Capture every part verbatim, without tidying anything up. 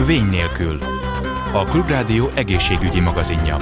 Vény nélkül. A Klubrádió egészségügyi magazinja.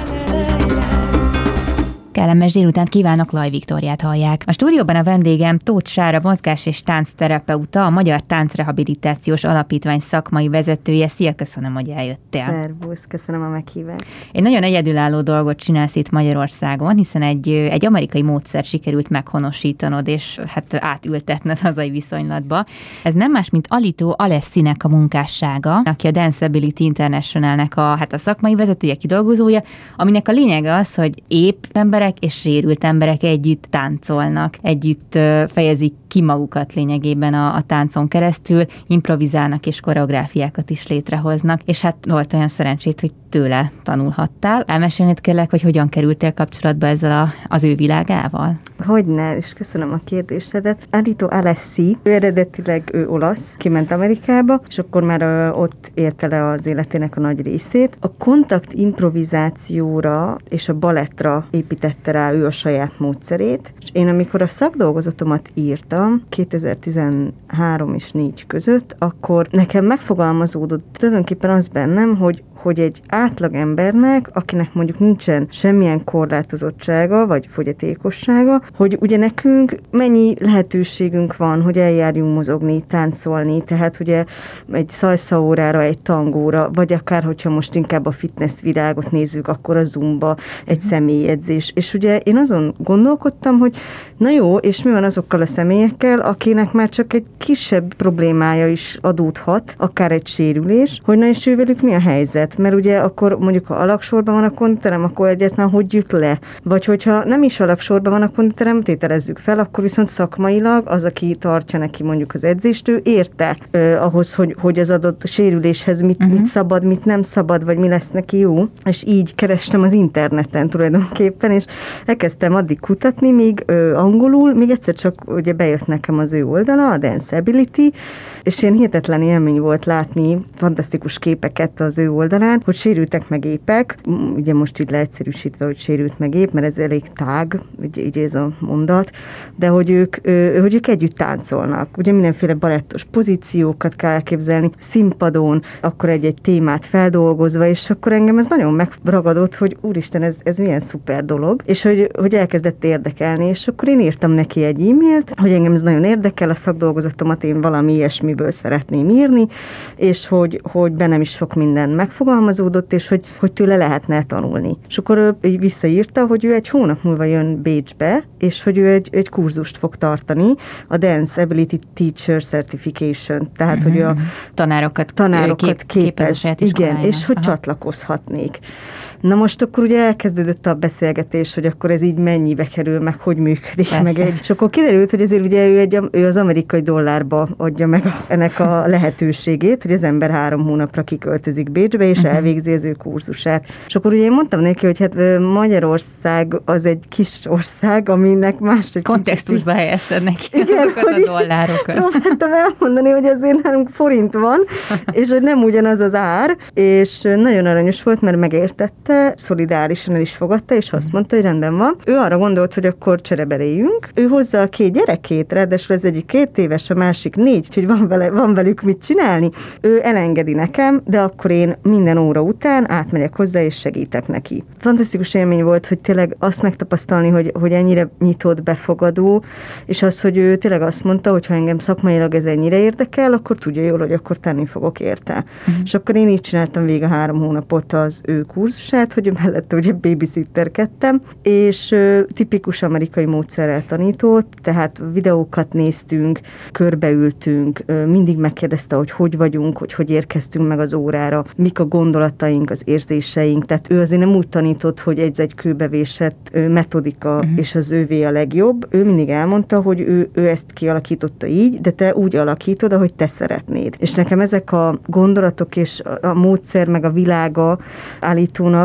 Kellemes délutánt kívánok, Laj Viktóriát hallják. A stúdióban a vendégem Tóth Sára, mozgás- és táncterapeuta, a Magyar Táncrehabilitációs Alapítvány szakmai vezetője. Szia, köszönöm, hogy eljöttél. Szervusz, köszönöm a meghívást. Egy nagyon egyedülálló dolgot csinálsz itt Magyarországon, hiszen egy, egy amerikai módszer sikerült meghonosítanod, és hát átültetned hazai viszonylatba. Ez nem más, mint Alito Alessinek a munkássága, aki a Danceability Internationalnek a, hát a szakmai vezetője, kidolgozója, aminek a lényege az, hogy épp emberek és sérült emberek együtt táncolnak, együtt fejezik ki magukat lényegében a, a táncon keresztül, improvizálnak és koreográfiákat is létrehoznak, és hát volt olyan szerencsét, hogy tőle tanulhattál. Elmesélnéd kérlek, hogy hogyan kerültél kapcsolatba ezzel a, az ő világával? Hogyne, és köszönöm a kérdésedet. Alito Alessi, ő eredetileg ő olasz, kiment Amerikába, és akkor már uh, ott érte le az életének a nagy részét. A kontakt improvizációra és a balettra építette rá ő a saját módszerét, és én amikor a szakdolgozatomat írtam kétezer-tizenhárom és négy között, akkor nekem megfogalmazódott tulajdonképpen az bennem, hogy hogy egy átlagembernek, akinek mondjuk nincsen semmilyen korlátozottsága, vagy fogyatékossága, hogy ugye nekünk mennyi lehetőségünk van, hogy eljárjunk mozogni, táncolni, tehát ugye egy salsa órára, egy tangóra, vagy akár, hogyha most inkább a fitness világot nézzük, akkor a zumba, egy személyedzés. És ugye én azon gondolkodtam, hogy na jó, és mi van azokkal a személyekkel, akinek már csak egy kisebb problémája is adódhat, akár egy sérülés, hogy na és ővelük mi a helyzet? Mert ugye akkor mondjuk, ha alagsorban van a konditerem, akkor egyetlen hogy jut le. Vagy hogyha nem is alagsorban van a konditerem, tételezzük fel, akkor viszont szakmailag az, aki tartja neki mondjuk az edzést, ő érte eh, ahhoz, hogy, hogy az adott sérüléshez mit, uh-huh. mit szabad, mit nem szabad, vagy mi lesz neki jó. És így kerestem az interneten tulajdonképpen, és elkezdtem addig kutatni, míg ö, angolul, még egyszer csak ugye bejött nekem az ő oldala, a Danceability, és ilyen hihetetlen élmény volt látni fantasztikus képeket az ő oldalán, hogy sérültek meg épek, ugye most így leegyszerűsítve, hogy sérült meg ép, mert ez elég tág, ugye, ugye ez a mondat, de hogy ők, ö, hogy ők együtt táncolnak. Ugye mindenféle balettos pozíciókat kell elképzelni, színpadon, akkor egy-egy témát feldolgozva, és akkor engem ez nagyon megragadott, hogy úristen, ez, ez milyen szuper dolog, és hogy, hogy elkezdett érdekelni, és akkor én írtam neki egy e-mailt, hogy engem ez nagyon érdekel, a szakdolgozatomat én valami ilyesmiből szeretném írni, és hogy, hogy bennem is sok minden megfogalmazódott, és hogy, hogy tőle lehetne tanulni. És akkor ő visszaírta, hogy ő egy hónap múlva jön Bécsbe, és hogy ő egy, egy kurzust fog tartani, a Danceability Teacher Certification, tehát mm-hmm. hogy a tanárokat, tanárokat kép, képez, igen, és hogy Aha. csatlakozhatnék. Na most akkor ugye elkezdődött a beszélgetés, hogy akkor ez így mennyibe kerül, meg hogy működik, Persze. meg egy. És akkor kiderült, hogy ezért ugye ő, egy, ő az amerikai dollárba adja meg a, ennek a lehetőségét, hogy az ember három hónapra kiköltözik Bécsbe, és uh-huh. elvégzi az ő kurzusát. És akkor ugye én mondtam neki, hogy hát Magyarország az egy kis ország, aminek más egy kontextusba kicsit... helyezted neki igen, azokat a dollárokat. Próbáltam elmondani, hogy azért nálunk forint van, és hogy nem ugyanaz az ár, és nagyon aranyos volt, mert megértette, szolidárisan el is fogadta, és azt mondta, hogy rendben van. Ő arra gondolt, hogy akkor csereberéljünk. Ő hozza a két gyerekét, ráadásul az egyik két éves, a másik négy, úgyhogy van, vele, van velük mit csinálni. Ő elengedi nekem, de akkor én minden óra után átmegyek hozzá, és segítek neki. Fantasztikus élmény volt, hogy tényleg azt megtapasztalni, hogy, hogy ennyire nyitott, befogadó, és az, hogy ő tényleg azt mondta, hogy ha engem szakmailag ez ennyire érdekel, akkor tudja jól, hogy akkor tenni fogok érte. Uh-huh. És akkor én így csináltam végig a három hónapot az ő kurzusát, hogy mellette ugye babysitterkedtem, és ö, tipikus amerikai módszerrel tanított, tehát videókat néztünk, körbeültünk, ö, mindig megkérdezte, hogy hogy vagyunk, hogy hogy érkeztünk meg az órára, mik a gondolataink, az érzéseink, tehát ő azért nem úgy tanított, hogy egy-egy kőbevésett ö, metodika, uh-huh. és az ővé a legjobb. Ő mindig elmondta, hogy ő, ő ezt kialakította így, de te úgy alakítod, ahogy te szeretnéd. És nekem ezek a gondolatok és a módszer, meg a világa Alitónak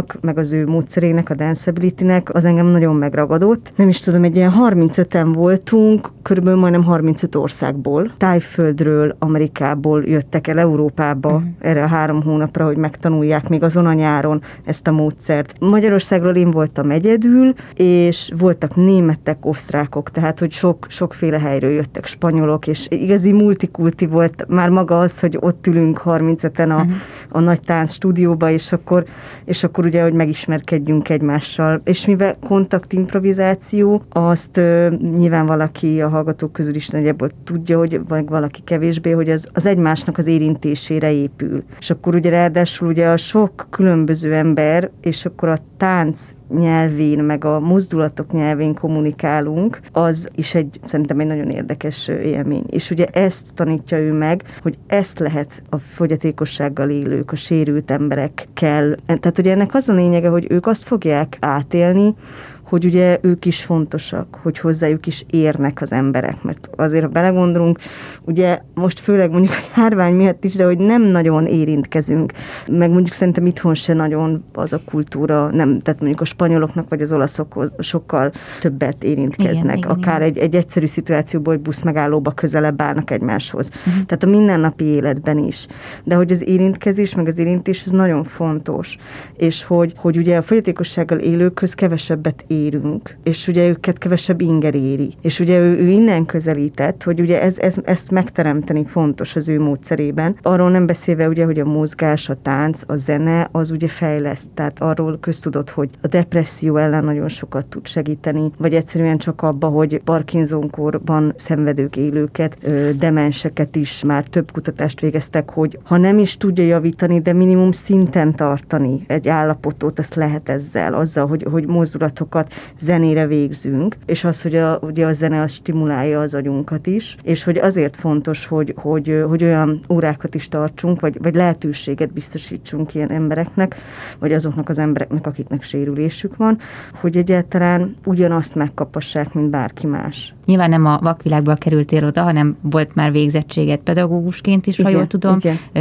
Alitónak, meg az ő módszerének, a danceability-nek, az engem nagyon megragadott. Nem is tudom, egy ilyen harmincöten voltunk, körülbelül majdnem harmincöt országból, Tájföldről, Amerikából jöttek el Európába uh-huh. erre a három hónapra, hogy megtanulják még azon a nyáron ezt a módszert. Magyarországról én voltam egyedül, és voltak németek, osztrákok, tehát hogy sok, sokféle helyről jöttek spanyolok, és igazi multikulti volt már maga az, hogy ott ülünk harmincöten a, uh-huh. a nagy tánc stúdióba, és akkor, és akkor ugye, hogy megismerkedjünk egymással. És mivel kontaktimprovizáció, azt uh, nyilván valaki a hallgatók közül is nagyjából tudja, hogy vagy valaki kevésbé, hogy az, az egymásnak az érintésére épül. És akkor ugye ráadásul ugye a sok különböző ember, és akkor a tánc nyelvén, meg a mozdulatok nyelvén kommunikálunk, az is egy, szerintem egy nagyon érdekes élmény. És ugye ezt tanítja ő meg, hogy ezt lehet a fogyatékossággal élők, a sérült emberekkel. Tehát ugye ennek az a lényege, hogy ők azt fogják átélni, hogy ugye ők is fontosak, hogy hozzájuk is érnek az emberek, mert azért, ha belegondolunk, ugye most főleg mondjuk a járvány miatt is, de hogy nem nagyon érintkezünk, meg mondjuk szerintem itthon se nagyon az a kultúra, nem, tehát mondjuk a spanyoloknak vagy az olaszok sokkal többet érintkeznek, igen, akár igen. Egy, egy egyszerű szituációból, hogy buszmegállóba közelebb állnak egymáshoz. Uh-huh. Tehát a mindennapi életben is. De hogy az érintkezés, meg az érintés, ez nagyon fontos. És hogy, hogy ugye a fogyatékossággal élőkhöz kevesebbet érünk, és ugye őket kevesebb inger éri. És ugye ő, ő innen közelített, hogy ugye ez, ez, ezt megteremteni fontos az ő módszerében. Arról nem beszélve ugye, hogy a mozgás, a tánc, a zene, az ugye fejleszt. Tehát arról köztudott, hogy a depresszió ellen nagyon sokat tud segíteni, vagy egyszerűen csak abba, hogy Parkinson-korban szenvedők élőket, demenseket is már több kutatást végeztek, hogy ha nem is tudja javítani, de minimum szinten tartani egy állapotot, azt lehet ezzel, azzal, hogy, hogy mozdulatokat zenére végzünk, és az, hogy a, ugye a zene az stimulálja az agyunkat is, és hogy azért fontos, hogy, hogy, hogy olyan órákat is tartsunk, vagy, vagy lehetőséget biztosítsunk ilyen embereknek, vagy azoknak az embereknek, akiknek sérülésük van, hogy egyáltalán ugyanazt megkapassák, mint bárki más. Nyilván nem a vakvilágból kerültél oda, hanem volt már végzettséged pedagógusként is, igen, ha jól tudom,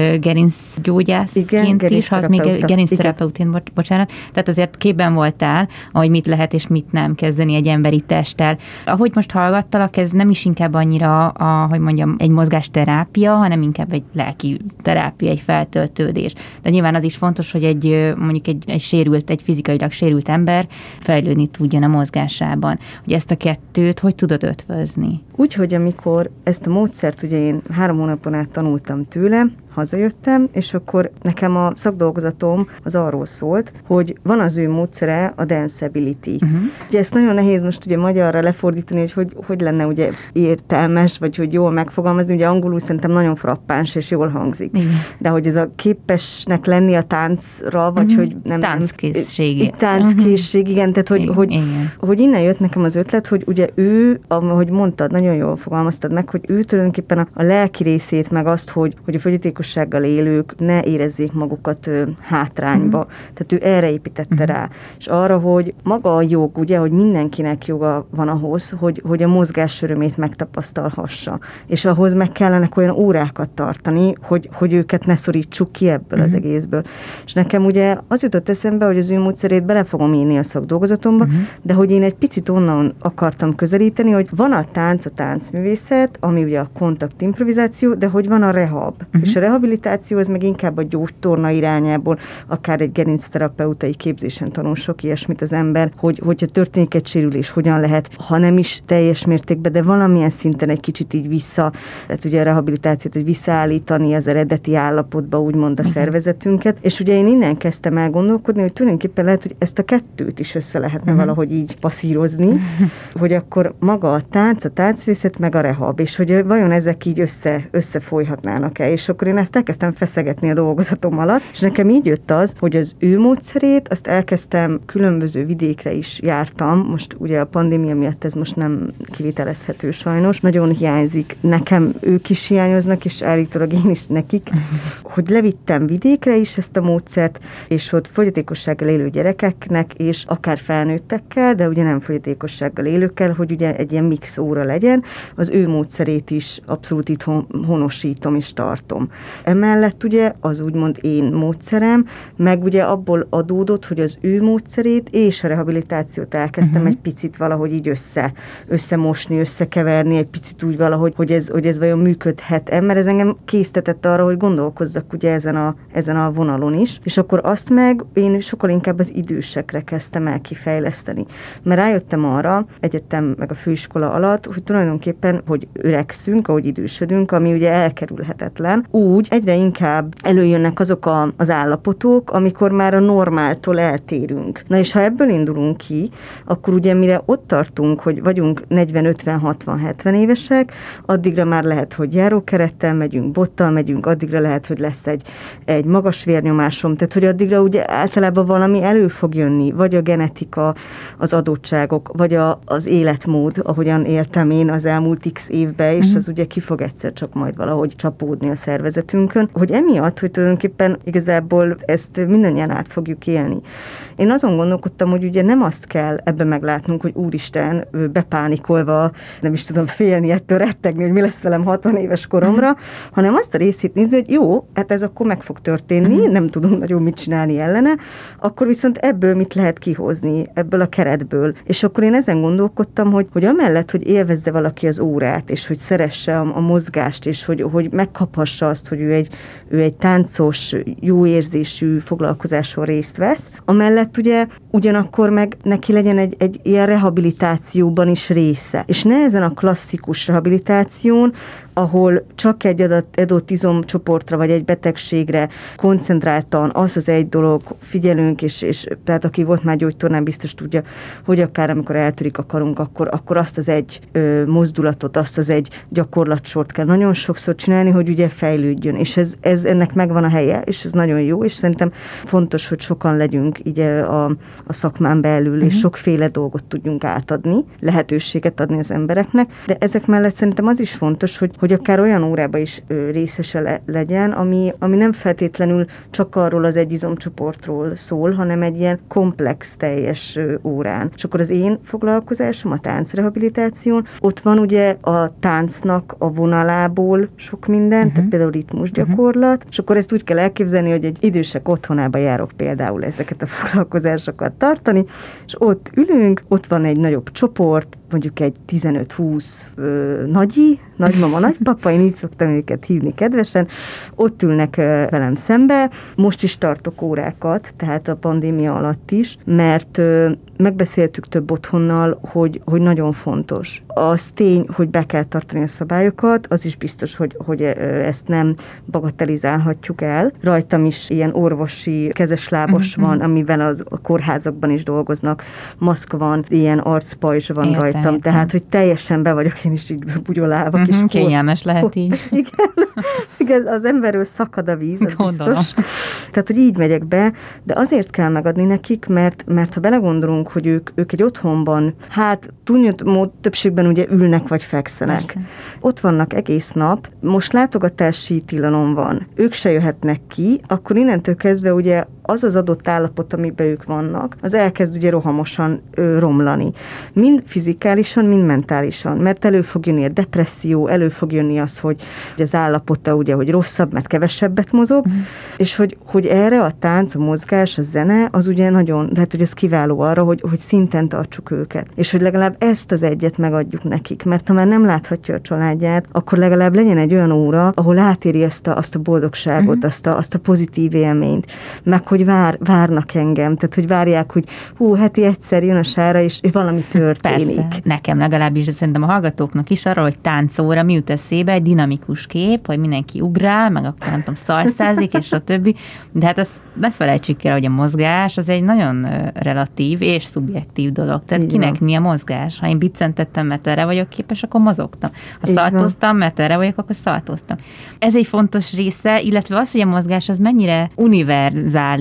gerincgyógyászként is, ha az még gerincterapeutként, bocsánat. Tehát azért képben voltál, hogy mit lehet és mit nem kezdeni egy emberi testtel. Ahogy most hallgattalak, ez nem is inkább annyira, a, hogy mondjam, egy mozgásterápia, hanem inkább egy lelki terápia, egy feltöltődés. De nyilván az is fontos, hogy egy mondjuk egy, egy sérült, egy fizikailag sérült ember fejlődni tudjon a mozgásában. Hogy ezt a kettőt hogy tudod ötvözni? Úgy, hogy amikor ezt a módszert ugye én három hónapon át tanultam tőle, hazajöttem, és akkor nekem a szakdolgozatom az arról szólt, hogy van az ő módszere, a danceability. Uh-huh. Ugye ezt nagyon nehéz most ugye magyarra lefordítani, hogy, hogy hogy lenne ugye értelmes, vagy hogy jól megfogalmazni, ugye angolul szerintem nagyon frappáns és jól hangzik. Igen. De hogy ez a képesnek lenni a táncra, vagy uh-huh. hogy nem... Tánckészség. Tánckészség, uh-huh. igen, tehát hogy, igen. Hogy, hogy innen jött nekem az ötlet, hogy ugye ő, ahogy mondtad, nagyon jól fogalmaztad meg, hogy ő tulajdonképpen a, a lelki részét, meg azt, hogy, hogy a fogyatékossággal élők ne érezzék magukat ö, hátrányba. Mm. Tehát ő erre építette mm. rá. És arra, hogy maga a jog, ugye, hogy mindenkinek joga van ahhoz, hogy, hogy a mozgás örömét megtapasztalhassa. És ahhoz meg kellene olyan órákat tartani, hogy, hogy őket ne szorítsuk ki ebből mm. az egészből. És nekem ugye az jutott eszembe, hogy az ő módszerét bele fogom írni a szakdolgozatomba, mm. de hogy én egy picit onnan akartam közelíteni, hogy van a tánc, a táncművészet, ami ugye a kontaktimprovizáció, de hogy van a rehab. Mm. És a rehabilitáció az meg inkább a gyógytorna irányából, akár egy gerincterapeutai képzésen tanul sok ilyesmit az ember, hogy hogyha történik egy sérülés, hogyan lehet, ha nem is teljes mértékben, de valamilyen szinten egy kicsit így vissza, tehát ugye a rehabilitációt, hogy visszaállítani az eredeti állapotba, úgymond a szervezetünket. És ugye én innen kezdtem el gondolkodni, hogy tulajdonképpen lehet, hogy ezt a kettőt is össze lehetne uh-huh. valahogy így passzírozni, hogy akkor maga a tánc, a táncvészet, meg a rehab, és hogy vajon ezek így össze, összefolyhatnának-e. És akkor én ezt elkezdtem feszegetni a dolgozatom alatt, és nekem így jött az, hogy az ő módszerét, azt elkezdtem, különböző vidékre is jártam, most ugye a pandémia miatt ez most nem kivitelezhető sajnos, nagyon hiányzik, nekem ők is hiányoznak, és állítólag én is nekik, hogy levittem vidékre is ezt a módszert, és ott fogyatékossággal élő gyerekeknek, és akár felnőttekkel, de ugye nem fogyatékossággal élőkkel, hogy ugye egy ilyen mix óra legyen, legyen, az ő módszerét is abszolút itt honosítom és tartom. Emellett ugye az úgymond én módszerem, meg ugye abból adódott, hogy az ő módszerét és a rehabilitációt elkezdtem uh-huh. egy picit valahogy így össze, összemosni, összekeverni, egy picit úgy valahogy, hogy ez, hogy ez vajon működhet-e, mert ez engem késztetett arra, hogy gondolkozzak ugye ezen a, ezen a vonalon is, és akkor azt meg én sokkal inkább az idősekre kezdtem el kifejleszteni. Mert rájöttem arra, egyetem meg a főiskola alatt, hogy tulajdonképpen, hogy öregszünk, ahogy idősödünk, ami ugye elkerülhetetlen, úgy egyre inkább előjönnek azok a, az állapotok, amikor már a normáltól eltérünk. Na és ha ebből indulunk ki, akkor ugye mire ott tartunk, hogy vagyunk negyven, ötven, hatvan, hetven évesek, addigra már lehet, hogy járókerettel megyünk, bottal megyünk, addigra lehet, hogy lesz egy, egy magas vérnyomásom, tehát hogy addigra ugye általában valami elő fog jönni, vagy a genetika, az adottságok, vagy a, az életmód, ahogyan éltem én az elmúlt x évben, és uh-huh. az ugye ki fog egyszer csak majd valahogy csapódni a szervezetünkön, hogy emiatt, hogy tulajdonképpen igazából ezt mindannyian át fogjuk élni. Én azon gondolkodtam, hogy ugye nem azt kell ebben meglátnunk, hogy úristen, bepánikolva, nem is tudom félni ettől, rettegni, hogy mi lesz velem hatvan éves koromra, uh-huh. hanem azt a részét nézni, hogy jó, hát ez akkor meg fog történni, uh-huh. nem tudom nagyon mit csinálni ellene, akkor viszont ebből mit lehet kihozni, ebből a keretből. És akkor én ezen gondolkodtam, hogy, hogy amellett, hogy élvezze valaki az órát, és hogy szeresse a, a mozgást, és hogy, hogy megkaphassa azt, hogy ő egy, ő egy táncos, jó érzésű foglalkozáson részt vesz, amellett ugye ugyanakkor meg neki legyen egy, egy ilyen rehabilitációban is része. És ne ezen a klasszikus rehabilitáción, ahol csak egy adott, adott izomcsoportra vagy egy betegségre koncentráltan az az egy dolog, figyelünk, és, és tehát aki volt már gyógytornán, biztos tudja, hogy akár amikor eltörik a karunk, akkor, akkor azt az egy ö, mozdulatot, azt az egy gyakorlatsort kell nagyon sokszor csinálni, hogy ugye fejlődjön, és ez, ez ennek megvan a helye, és ez nagyon jó, és szerintem fontos, hogy sokan legyünk így a, a szakmán belül, uh-huh. és sokféle dolgot tudjunk átadni, lehetőséget adni az embereknek, de ezek mellett szerintem az is fontos, hogy, hogy akár olyan órába is ö, részese le, legyen, ami, ami nem feltétlenül csak arról az egy izomcsoportról szól, hanem egy ilyen komplex, teljes ö, órán. És akkor az én foglalkozásom, a táncrehabilitáción, ott van ugye a táncnak a vonalából sok minden, uh-huh. tehát például ritmusgyakorlat, uh-huh. és akkor ezt úgy kell elképzelni, hogy egy idősek otthonába járok például ezeket a foglalkozásokat tartani, és ott ülünk, ott van egy nagyobb csoport, mondjuk egy tizenöt-húsz ö, nagyi, nagymama, nagypapa, én így szoktam őket hívni kedvesen, ott ülnek ö, velem szembe. Most is tartok órákat, tehát a pandémia alatt is, mert ö, megbeszéltük több otthonnal, hogy, hogy nagyon fontos. Az tény, hogy be kell tartani a szabályokat, az is biztos, hogy, hogy ezt nem bagatelizálhatjuk el. Rajtam is ilyen orvosi kezeslábos mm-hmm. van, amivel az, a kórházakban is dolgoznak, maszk van, ilyen arcpajzs van értem, rajtam, értem. Tehát, hogy teljesen be vagyok én is így bugyolálva. Mm-hmm, kis kényelmes kor... lehet így. Igen, igen, az emberről szakad a víz, az biztos. Tehát, hogy így megyek be, de azért kell megadni nekik, mert, mert ha belegondolunk, hogy ők, ők egy otthonban, hát túlnyomó többségben ugye ülnek vagy fekszenek. Persze. Ott vannak egész nap, most látogatási tilalom van, ők se jöhetnek ki, akkor innentől kezdve ugye az az adott állapot, amiben ők vannak, az elkezd ugye rohamosan ö, romlani. Mind fizikálisan, mind mentálisan, mert elő fog jönni a depresszió, elő fog jönni az, hogy az állapota ugye, hogy rosszabb, mert kevesebbet mozog, mm. és hogy, hogy erre a tánc, a mozgás, a zene, az ugye nagyon, lehet, hogy az kiváló arra, hogy, hogy szinten tartsuk őket. És hogy legalább ezt az egyet megadjuk nekik, mert ha már nem láthatja a családját, akkor legalább legyen egy olyan óra, ahol átéri azt a, azt a boldogságot, mm. azt, a, azt a pozitív élményt, meg hogy vár, várnak engem, tehát hogy várják, hogy hú, heti egyszer jön a sára, és valami történik. Persze, nekem legalábbis, de szerintem a hallgatóknak is arra, hogy táncóra mi jut eszébe, egy dinamikus kép, hogy mindenki ugrál, meg akkor nem tudom, szalszázik, és a többi. De hát azt ne felejtsük el, hogy a mozgás az egy nagyon relatív és szubjektív dolog. Tehát így kinek van. Mi a mozgás? Ha én biccentettem, mert erre vagyok képes, akkor mozogtam. Ha így szaltoztam, van. Mert erre vagyok, akkor szaltoztam. Ez egy fontos része, illetve az, hogy a mozgás az mennyire univerzális,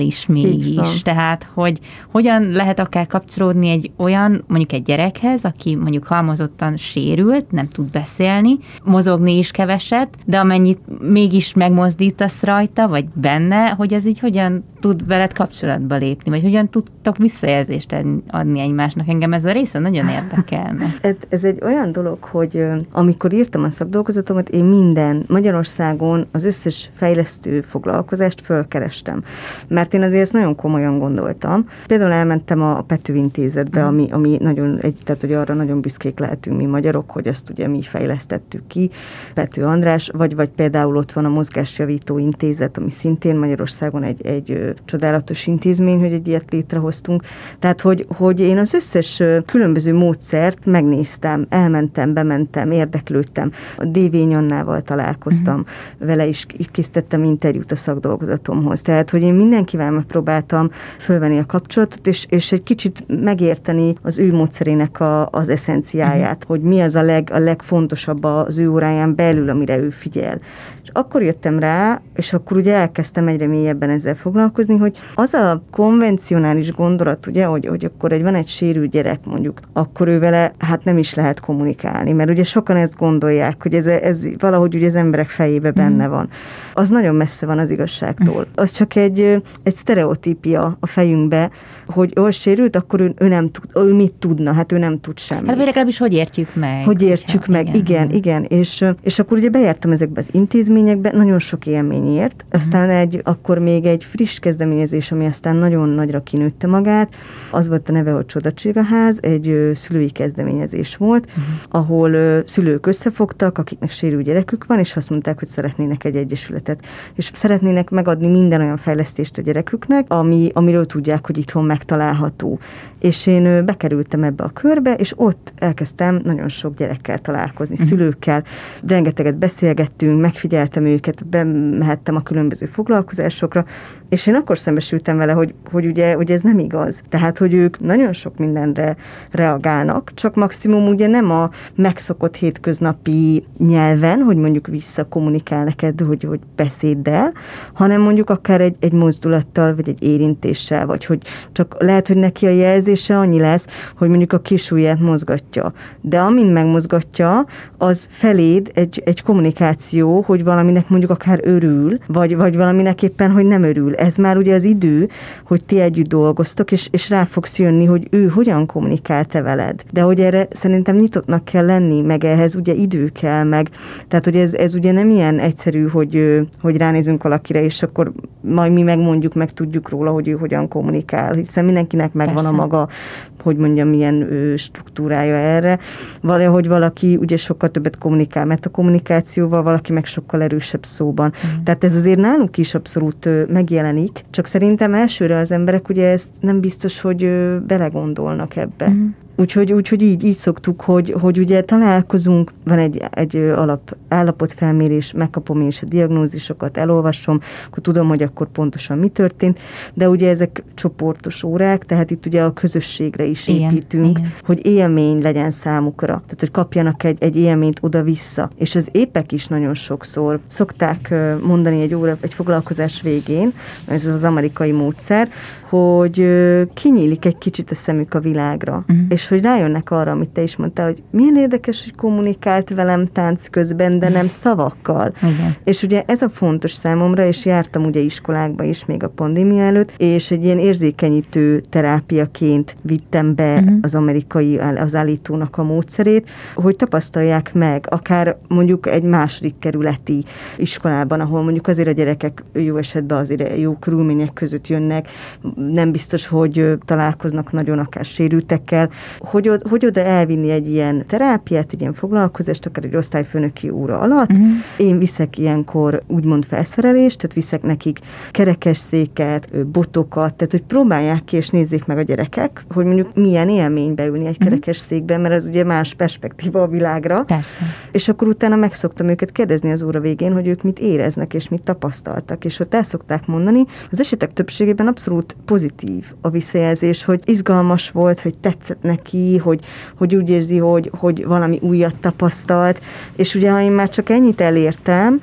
is mégis. Tehát, hogy hogyan lehet akár kapcsolódni egy olyan, mondjuk egy gyerekhez, aki mondjuk halmozottan sérült, nem tud beszélni, mozogni is keveset, de amennyit mégis megmozdítasz rajta, vagy benne, hogy ez így hogyan tud veled kapcsolatba lépni, vagy hogyan tudtok visszajelzést adni egymásnak. Engem ez a része nagyon érdekelne. Ez, ez egy olyan dolog, hogy amikor írtam a szakdolgozatomat, én minden Magyarországon az összes fejlesztő foglalkozást fölkerestem. Mert én azért ezt nagyon komolyan gondoltam. Például elmentem a Pető Intézetbe, ami, ami nagyon, egy, tehát hogy arra nagyon büszkék lehetünk mi magyarok, hogy ezt ugye mi fejlesztettük ki, Pető András, vagy, vagy például ott van a Mozgásjavító Intézet, ami szintén Magyarországon egy, egy csodálatos intézmény, hogy egy ilyet létrehoztunk. Tehát, hogy, hogy én az összes különböző módszert megnéztem, elmentem, bementem, érdeklődtem. A Dévény Annával találkoztam, uh-huh. vele is készítettem interjút a szakdolgozatomhoz. Tehát, hogy én mindenkivel megpróbáltam fölvenni a kapcsolatot, és, és egy kicsit megérteni az ő módszerének a, az eszenciáját, uh-huh. hogy mi az a, leg, a legfontosabb az ő óráján belül, amire ő figyel. És akkor jöttem rá, és akkor ugye elkezdtem egyre mélyebben ezzel foglalkozni, hogy az a konvencionális gondolat, ugye, hogy, hogy akkor egy, van egy sérült gyerek mondjuk, akkor ő vele hát nem is lehet kommunikálni, mert ugye sokan ezt gondolják, hogy ez, ez valahogy ugye az emberek fejébe benne van. Az nagyon messze van az igazságtól. Az csak egy, egy sztereotípia a fejünkbe, hogy ő sérült, akkor ő, ő nem tud, ő mit tudna, hát ő nem tud semmit. Hát vagy legalábbis hogy értjük meg? Hogy értjük meg, igen, igen, igen. És, és akkor ugye bejártam ezekbe az intézményekbe, nagyon sok élményért, aztán egy, akkor még egy friss kezdeményezés, ami aztán nagyon nagyra kinőtte magát, az volt a neve, hogy Csodacsigaház, egy szülői kezdeményezés volt, uh-huh. ahol szülők összefogtak, akiknek sérült gyerekük van, és azt mondták, hogy szeretnének egy egyesületet, és szeretnének megadni minden olyan fejlesztést a gyereküknek, ami, amiről tudják, hogy itthon megtalálható. És én bekerültem ebbe a körbe, és ott elkezdtem nagyon sok gyerekkel találkozni, uh-huh. szülőkkel, rengeteget beszélgettünk, megfigyeltem őket, bemehettem a különböző foglalkozásokra, és én akkor szembesültem vele, hogy, hogy ugye, ugye ez nem igaz. Tehát, hogy ők nagyon sok mindenre reagálnak, csak maximum ugye nem a megszokott hétköznapi nyelven, hogy mondjuk visszakommunikál neked, hogy, hogy beszéddel, hanem mondjuk akár egy, egy mozdulattal, vagy egy érintéssel, vagy hogy csak lehet, hogy neki a jelzése annyi lesz, hogy mondjuk a kisujját mozgatja. De amint megmozgatja, az feléd egy, egy kommunikáció, hogy valaminek mondjuk akár örül, vagy, vagy valaminek éppen, hogy nem örül. Ez már ugye az idő, hogy ti együtt dolgoztok, és, és rá fogsz jönni, hogy ő hogyan kommunikál te veled. De hogy erre szerintem nyitottnak kell lenni, meg ehhez ugye idő kell, meg tehát, hogy ez, ez ugye nem ilyen egyszerű, hogy, hogy ránézünk valakire, és akkor majd mi megmondjuk, meg tudjuk róla, hogy ő hogyan kommunikál, hiszen mindenkinek megvan Persze. a maga, hogy mondjam, milyen struktúrája erre. Valahogy valaki ugye sokkal többet kommunikál, mert a kommunikációval valaki meg sokkal erősebb szóban. Mm. Tehát ez azért nálunk is abszolút megjelenik, csak szerintem elsőre az emberek ugye ezt nem biztos, hogy belegondolnak ebbe. Mm. Úgyhogy, úgyhogy így, így szoktuk, hogy, hogy ugye találkozunk, van egy, egy alap állapotfelmérés, megkapom én is a diagnózisokat, elolvasom, akkor tudom, hogy akkor pontosan mi történt, de ugye ezek csoportos órák, tehát itt ugye a közösségre is igen, építünk, igen. hogy élmény legyen számukra, tehát hogy kapjanak egy, egy élményt oda-vissza. És az épek is nagyon sokszor szokták mondani egy óra, egy foglalkozás végén, ez az amerikai módszer, hogy kinyílik egy kicsit a szemük a világra, uh-huh. és hogy rájönnek arra, amit te is mondtál, hogy milyen érdekes, hogy kommunikált velem tánc közben, de nem szavakkal. Igen. És ugye ez a fontos számomra, és jártam ugye iskolákba is még a pandémia előtt, és egy ilyen érzékenyítő terápiaként vittem be uh-huh. az amerikai, az állítónak a módszerét, hogy tapasztalják meg, akár mondjuk egy második kerületi iskolában, ahol mondjuk azért a gyerekek jó esetben azért jó körülmények között jönnek, nem biztos, hogy találkoznak nagyon akár sérültekkel, hogy, hogy oda elvinni egy ilyen terápiát, egy ilyen foglalkozást, akár egy osztályfőnöki óra alatt. Uh-huh. Én viszek ilyenkor úgymond felszerelést, tehát viszek nekik kerekesszéket, botokat, tehát hogy próbálják ki és nézzék meg a gyerekek, hogy mondjuk milyen élmény beülni egy kerekesszékben, mert az ugye más perspektíva a világra. Persze. És akkor utána meg szoktam őket kérdezni az óra végén, hogy ők mit éreznek és mit tapasztaltak, és ott el szokták mondani. Az esetek többségében abszolút pozitív a visszajelzés, hogy izgalmas volt, hogy tetszett neki, hogy, hogy úgy érzi, hogy, hogy valami újat tapasztalt, és ugye ha én már csak ennyit elértem,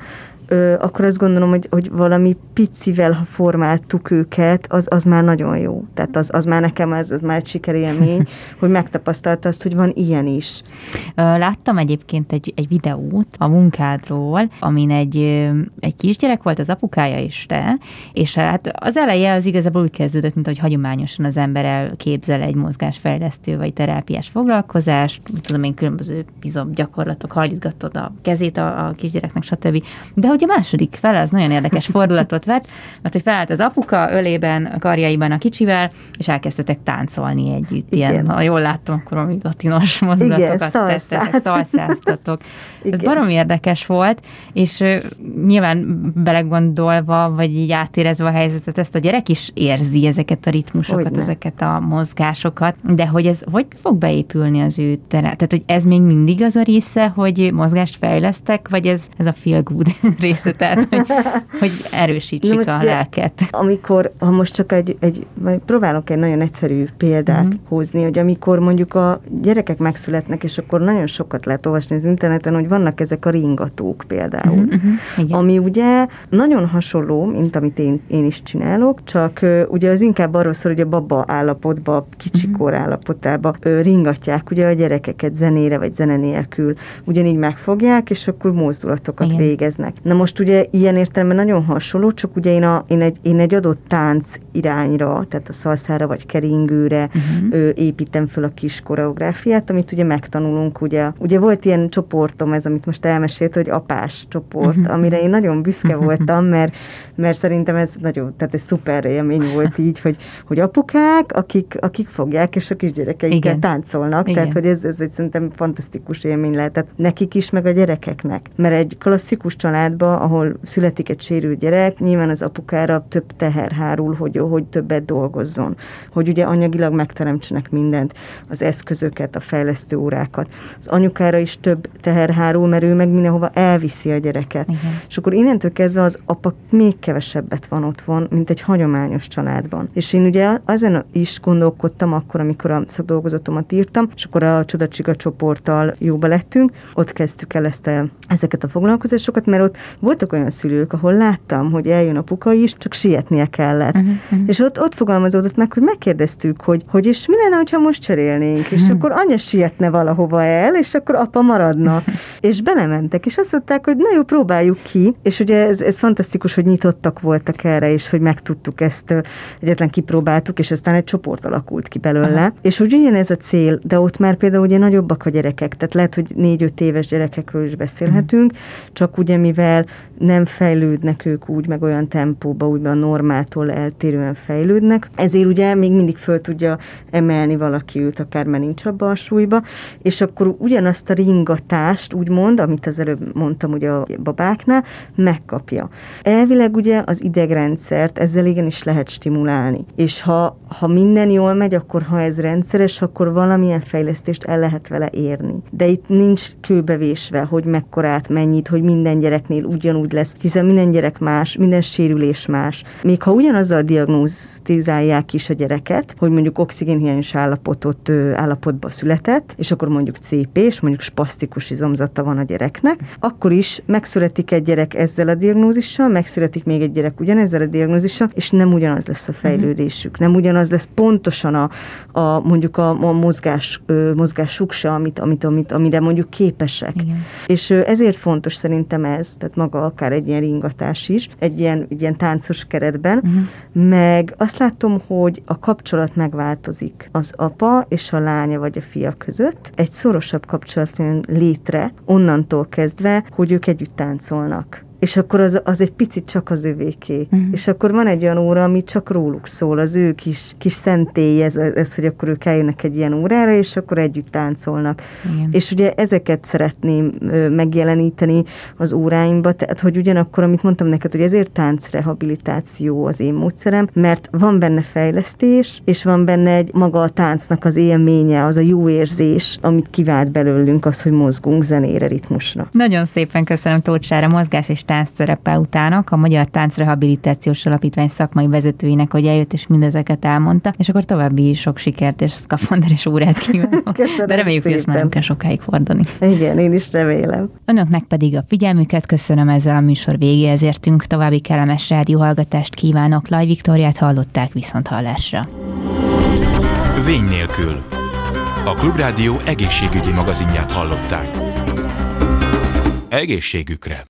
ö, akkor azt gondolom, hogy, hogy valami picivel, ha formáltuk őket, az, az már nagyon jó. Tehát az, az már nekem ez az már egy sikerélmény, hogy megtapasztalta azt, hogy van ilyen is. Láttam egyébként egy, egy videót a munkádról, amin egy, egy kisgyerek volt, az apukája és te, és hát az eleje az igazából úgy kezdődött, mint hogy hagyományosan az ember elképzel egy mozgásfejlesztő vagy terápiás foglalkozást, tudom én, különböző bizony gyakorlatok, hajlítgatod a kezét a, a kisgyereknek, stb. De hogy a második fele az nagyon érdekes fordulatot vett, mert hogy felállt az apuka ölében, a karjaiban a kicsivel, és elkezdtetek táncolni együtt. Igen. Ilyen, ha jól láttam, akkor valami latinos mozdulatokat tettetek, szalszáztatok. Ez baromi érdekes volt, és nyilván belegondolva, vagy így átérezve a helyzetet, ezt a gyerek is érzi, ezeket a ritmusokat, Hogyne. ezeket a mozgásokat, de hogy ez hogy fog beépülni az ő terá? Tehát, hogy ez még mindig az a része, hogy mozgást fejlesztek, vagy ez, ez a feel good része, tehát, hogy, hogy erősítsék a ugye, lelket. Amikor, ha most csak egy, egy próbálok egy nagyon egyszerű példát uh-huh. hozni, hogy amikor mondjuk a gyerekek megszületnek, és akkor nagyon sokat lehet olvasni az interneten, hogy vannak ezek a ringatók például, uh-huh, uh-huh, ami ugye nagyon hasonló, mint amit én, én is csinálok, csak uh, ugye az inkább arról szól, hogy a baba állapotba, kicsikor uh-huh. állapotába uh, ringatják ugye a gyerekeket zenére vagy zene nélkül, ugyanígy megfogják, és akkor mozdulatokat Igen. végeznek. Na most ugye ilyen értelemben nagyon hasonló, csak ugye én, a, én, egy, én egy adott tánc irányra, tehát a szalszára vagy keringőre uh-huh. ö, építem föl a kis koreográfiát, amit ugye megtanulunk, ugye. Ugye volt ilyen csoportom, ez, amit most elmesélt, hogy apás csoport, uh-huh. amire én nagyon büszke voltam, mert, mert szerintem ez nagyon, tehát ez szuper élmény volt így, hogy, hogy apukák, akik, akik fogják, és a kisgyerekeikkel Igen. táncolnak, Igen. tehát hogy ez, ez egy szerintem fantasztikus élmény lehetett nekik is, meg a gyerekeknek. Mert egy klasszikus családba, ahol születik egy sérült gyerek, nyilván az apukára több teher hárul, hogy, hogy többet dolgozzon. Hogy ugye anyagilag megteremtsenek mindent, az eszközöket, a fejlesztő órákat. Az anyukára is több teher hárul, mert ő meg mindenhova elviszi a gyereket. Igen. És akkor innentől kezdve az apa még kevesebbet van otthon, mint egy hagyományos családban. És én ugye ezen is gondolkodtam akkor, amikor a szakdolgozatomat írtam, és akkor a Csodacsiga csoporttal jóba lettünk, ott kezdtük el ezt a, ezeket a foglalkozásokat, mert ott voltak olyan szülők, ahol láttam, hogy eljön apuka is, csak sietnie kellett. Uh-huh, uh-huh. És ott, ott fogalmazódott meg, hogy megkérdeztük, hogy, hogy és mi lenne, ha most cserélnénk, és uh-huh. akkor anya sietne valahova el, és akkor apa maradna. És belementek, és azt mondták, hogy na jó, próbáljuk ki, és ugye ez, ez fantasztikus, hogy nyitottak voltak erre, és hogy megtudtuk ezt, egyetlen kipróbáltuk, és aztán egy csoport alakult ki belőle. Uh-huh. És úgy ugyanez a cél, de ott már például ugye nagyobbak a gyerekek, tehát lehet, hogy négy-öt éves gyerekekről is beszélhetünk, uh-huh. csak ugye mivel nem fejlődnek ők úgy, meg olyan tempóba, úgy a normától eltérően fejlődnek, ezért ugye még mindig föl tudja emelni valaki őt, akár mert nincs abba a súlyba, és akkor ugyanazt a ringatást, úgymond, amit az előbb mondtam ugye a babáknál, megkapja. Elvileg ugye az idegrendszert ezzel igenis lehet stimulálni, és ha, ha minden jól megy, akkor ha ez rendszeres, akkor valamilyen fejlesztést el lehet vele érni. De itt nincs kőbevésve, hogy mekkorát, mennyit, hogy minden gyereknél ugyanúgy lesz, hiszen minden gyerek más, minden sérülés más. Még ha ugyanazzal diagnosztizálják is a gyereket, hogy mondjuk oxigénhiányos állapotot, állapotba született, és akkor mondjuk cé pé, és mondjuk spasztikus izomzata van a gyereknek, akkor is megszületik egy gyerek ezzel a diagnózissal, megszületik még egy gyerek ugyanezzel a diagnózissal, és nem ugyanaz lesz a fejlődésük, nem ugyanaz lesz pontosan a, a mondjuk a, a mozgás, mozgásuk se, amit, amit, amit, amire mondjuk képesek. Igen. És ezért fontos szerintem ez, tehát maga akár egy ilyen ringatás is, egy ilyen, egy ilyen táncos keretben, uh-huh. meg azt látom, hogy a kapcsolat megváltozik az apa és a lánya vagy a fia között. Egy szorosabb kapcsolat jön létre, onnantól kezdve, hogy ők együtt táncolnak. És akkor az, az egy picit csak az övéké. Uh-huh. És akkor van egy olyan óra, ami csak róluk szól, az ő kis, kis szentély, ez, ez, hogy akkor ők eljönnek egy ilyen órára, és akkor együtt táncolnak. Igen. És ugye ezeket szeretném ö, megjeleníteni az óráimba, tehát hogy ugyanakkor, amit mondtam neked, hogy ezért táncrehabilitáció az én módszerem, mert van benne fejlesztés, és van benne egy maga a táncnak az élménye, az a jó érzés, amit kivált belőlünk az, hogy mozgunk zenére, ritmusra. Nagyon szépen köszönöm Tóth Sára, mozgás és táncterapeutának, a Magyar Táncrehabilitációs Alapítvány szakmai vezetőinek, hogy eljött és mindezeket elmondta, és akkor további sok sikert és szkafanderes órát kívánok. De reméljük, hogy ezt már nem kell sokáig fordani. Igen, én is remélem. Önöknek pedig a figyelmüket köszönöm, ezzel a műsor végéhez értünk. További kellemes rádióhallgatást kívánok. Laj Viktóriát hallották, viszont hallásra. Vény nélkül. A Klubrádió egészségügyi magazinját hallották. Egészségükre!